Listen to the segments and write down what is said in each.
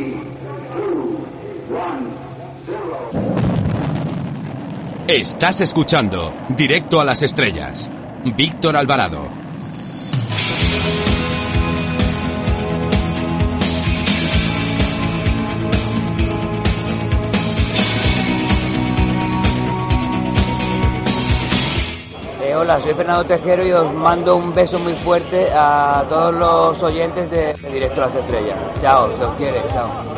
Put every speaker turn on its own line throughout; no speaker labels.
Estás escuchando Directo a las Estrellas. Víctor Alvarado.
Hola, soy Fernando Tejero y os mando un beso muy fuerte a todos los oyentes de Directo a las Estrellas. Chao, se os quiere, chao.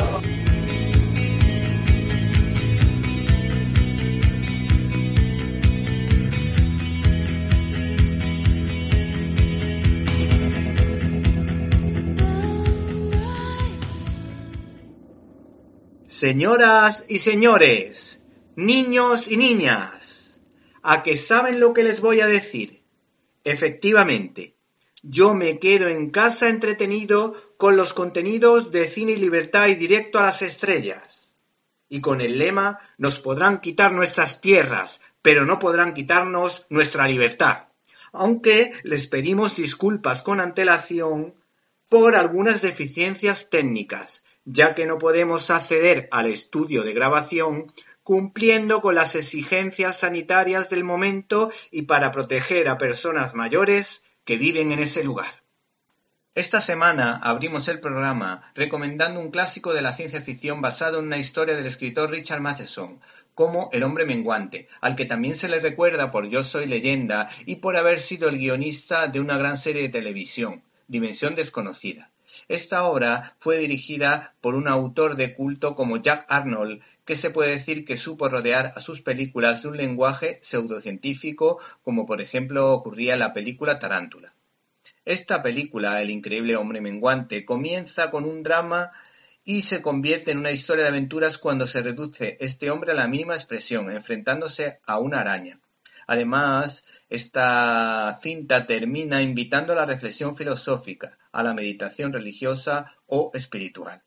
Señoras y señores, niños y niñas, ¿a qué saben lo que les voy a decir? Efectivamente, yo me quedo en casa entretenido con los contenidos de Cine y Libertad y Directo a las Estrellas. Y con el lema, nos podrán quitar nuestras tierras, pero no podrán quitarnos nuestra libertad. Aunque les pedimos disculpas con antelación por algunas deficiencias técnicas, ya que no podemos acceder al estudio de grabación cumpliendo con las exigencias sanitarias del momento y para proteger a personas mayores que viven en ese lugar. Esta semana abrimos el programa recomendando un clásico de la ciencia ficción basado en una historia del escritor Richard Matheson, como El hombre menguante, al que también se le recuerda por Yo soy leyenda y por haber sido el guionista de una gran serie de televisión, Dimensión desconocida. Esta obra fue dirigida por un autor de culto como Jack Arnold, que se puede decir que supo rodear a sus películas de un lenguaje pseudocientífico, como por ejemplo ocurría en la película Tarántula. Esta película, El increíble hombre menguante, comienza con un drama y se convierte en una historia de aventuras cuando se reduce este hombre a la mínima expresión, enfrentándose a una araña. Además, esta cinta termina invitando a la reflexión filosófica, a la meditación religiosa o espiritual.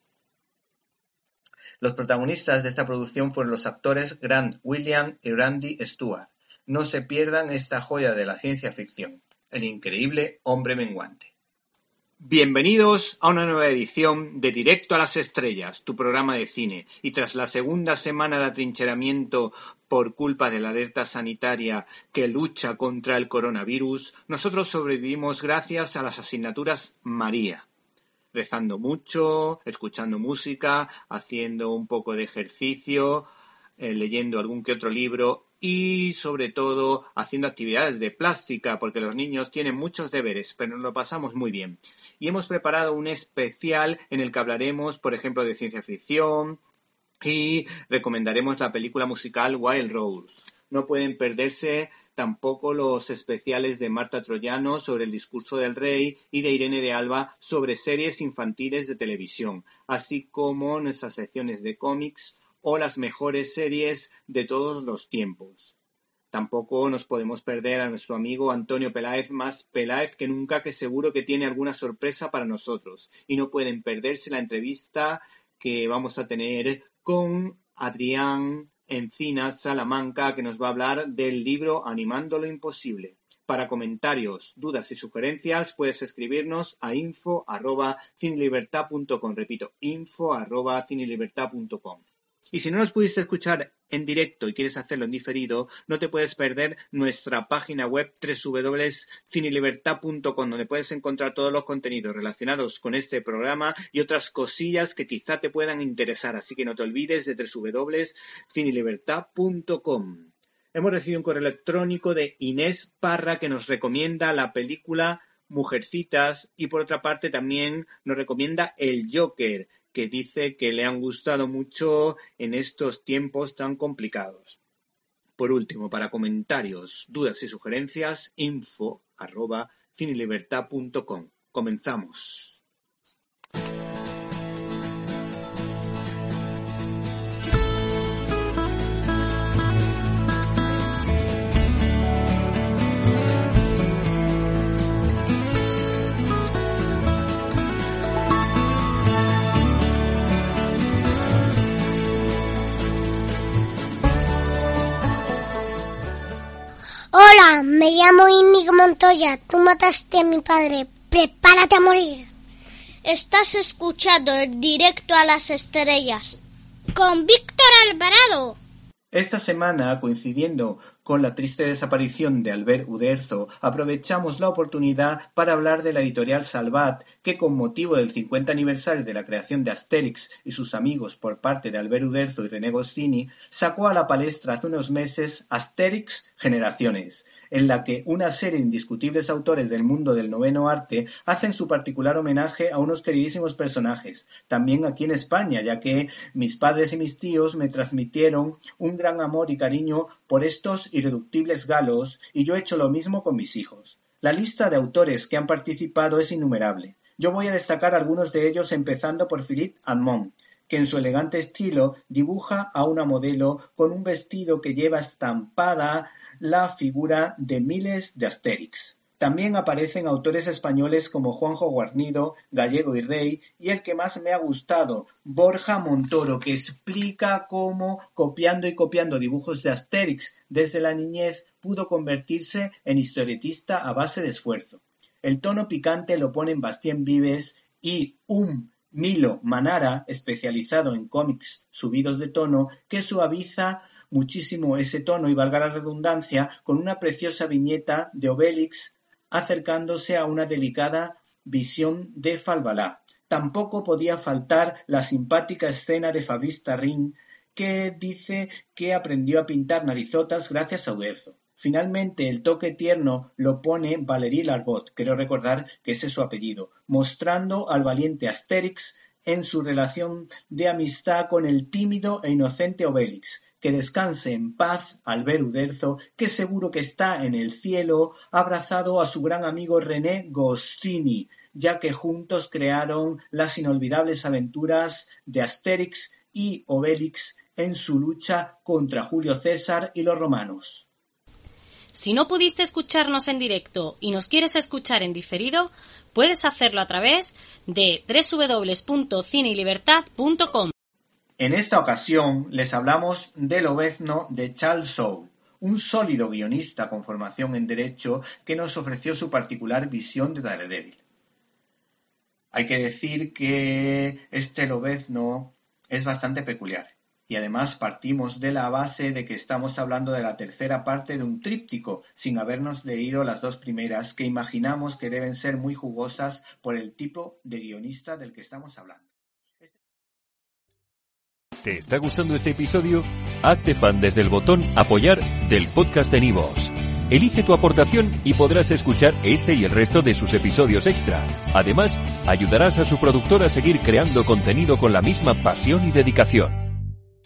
Los protagonistas de esta producción fueron los actores Grant Williams y Randy Stewart. No se pierdan esta joya de la ciencia ficción, El increíble hombre menguante. Bienvenidos a una nueva edición de Directo a las Estrellas, tu programa de cine. Y tras la segunda semana de atrincheramiento por culpa de la alerta sanitaria que lucha contra el coronavirus, nosotros sobrevivimos gracias a las asignaturas María. Rezando mucho, escuchando música, haciendo un poco de ejercicio, leyendo algún que otro libro y sobre todo haciendo actividades de plástica, porque los niños tienen muchos deberes, pero nos lo pasamos muy bien. Y hemos preparado un especial en el que hablaremos, por ejemplo, de ciencia ficción y recomendaremos la película musical Wild Rose. No pueden perderse tampoco los especiales de Marta Troyano sobre el discurso del rey y de Irene de Alba sobre series infantiles de televisión, así como nuestras secciones de cómics o las mejores series de todos los tiempos. Tampoco nos podemos perder a nuestro amigo Antonio Peláez, más Peláez que nunca, que seguro que tiene alguna sorpresa para nosotros. Y no pueden perderse la entrevista que vamos a tener con Adrián Encinas Salamanca, que nos va a hablar del libro Animando lo Imposible. Para comentarios, dudas y sugerencias puedes escribirnos a info@cinelibertad.com. Repito, info@cinelibertad.com. Y si no nos pudiste escuchar en directo y quieres hacerlo en diferido, no te puedes perder nuestra página web www.cinelibertad.com, donde puedes encontrar todos los contenidos relacionados con este programa y otras cosillas que quizá te puedan interesar. Así que no te olvides de www.cinelibertad.com. Hemos recibido un correo electrónico de Inés Parra que nos recomienda la película Mujercitas y por otra parte también nos recomienda El Joker, que dice que le han gustado mucho en estos tiempos tan complicados. Por último, para comentarios, dudas y sugerencias, info@cinelibertad.com. Comenzamos.
Hola, me llamo Íñigo Montoya. Tú mataste a mi padre. Prepárate a morir. Estás escuchando en Directo a las Estrellas con Víctor Alvarado.
Esta semana, coincidiendo con la triste desaparición de Albert Uderzo, aprovechamos la oportunidad para hablar de la editorial Salvat, que con motivo del 50 aniversario de la creación de Asterix y sus amigos por parte de Albert Uderzo y René Goscinny, sacó a la palestra hace unos meses Asterix Generaciones, en la que una serie de indiscutibles autores del mundo del noveno arte hacen su particular homenaje a unos queridísimos personajes, también aquí en España, ya que mis padres y mis tíos me transmitieron un gran amor y cariño por estos irreductibles galos, y yo he hecho lo mismo con mis hijos. La lista de autores que han participado es innumerable. Yo voy a destacar algunos de ellos, empezando por Philippe Admont, que en su elegante estilo dibuja a una modelo con un vestido que lleva estampada la figura de miles de Asterix. También aparecen autores españoles como Juanjo Guarnido, Gallego y Rey, y el que más me ha gustado, Borja Montoro, que explica cómo, copiando dibujos de Asterix desde la niñez, pudo convertirse en historietista a base de esfuerzo. El tono picante lo ponen Bastien Vives y Milo Manara, especializado en cómics subidos de tono, que suaviza muchísimo ese tono y, valga la redundancia, con una preciosa viñeta de Obélix acercándose a una delicada visión de Falbalá. Tampoco podía faltar la simpática escena de Fabrice Tarrin, que dice que aprendió a pintar narizotas gracias a Uderzo. Finalmente, el toque tierno lo pone Valérie Larbot, creo recordar que ese es su apellido, mostrando al valiente Asterix en su relación de amistad con el tímido e inocente Obélix. Que descanse en paz Albert Uderzo, que seguro que está en el cielo, abrazado a su gran amigo René Goscinny, ya que juntos crearon las inolvidables aventuras de Asterix y Obélix en su lucha contra Julio César y los romanos.
Si no pudiste escucharnos en directo y nos quieres escuchar en diferido, puedes hacerlo a través de www.cineylibertad.com.
En esta ocasión les hablamos del Lobezno de Charles Soule, un sólido guionista con formación en Derecho que nos ofreció su particular visión de Daredevil. Hay que decir que este Lobezno es bastante peculiar y además partimos de la base de que estamos hablando de la tercera parte de un tríptico, sin habernos leído las dos primeras, que imaginamos que deben ser muy jugosas por el tipo de guionista del que estamos hablando.
¿Te está gustando este episodio? Hazte fan desde el botón Apoyar del podcast de Nivos. Elige tu aportación y podrás escuchar este y el resto de sus episodios extra. Además, ayudarás a su productor a seguir creando contenido con la misma pasión y dedicación.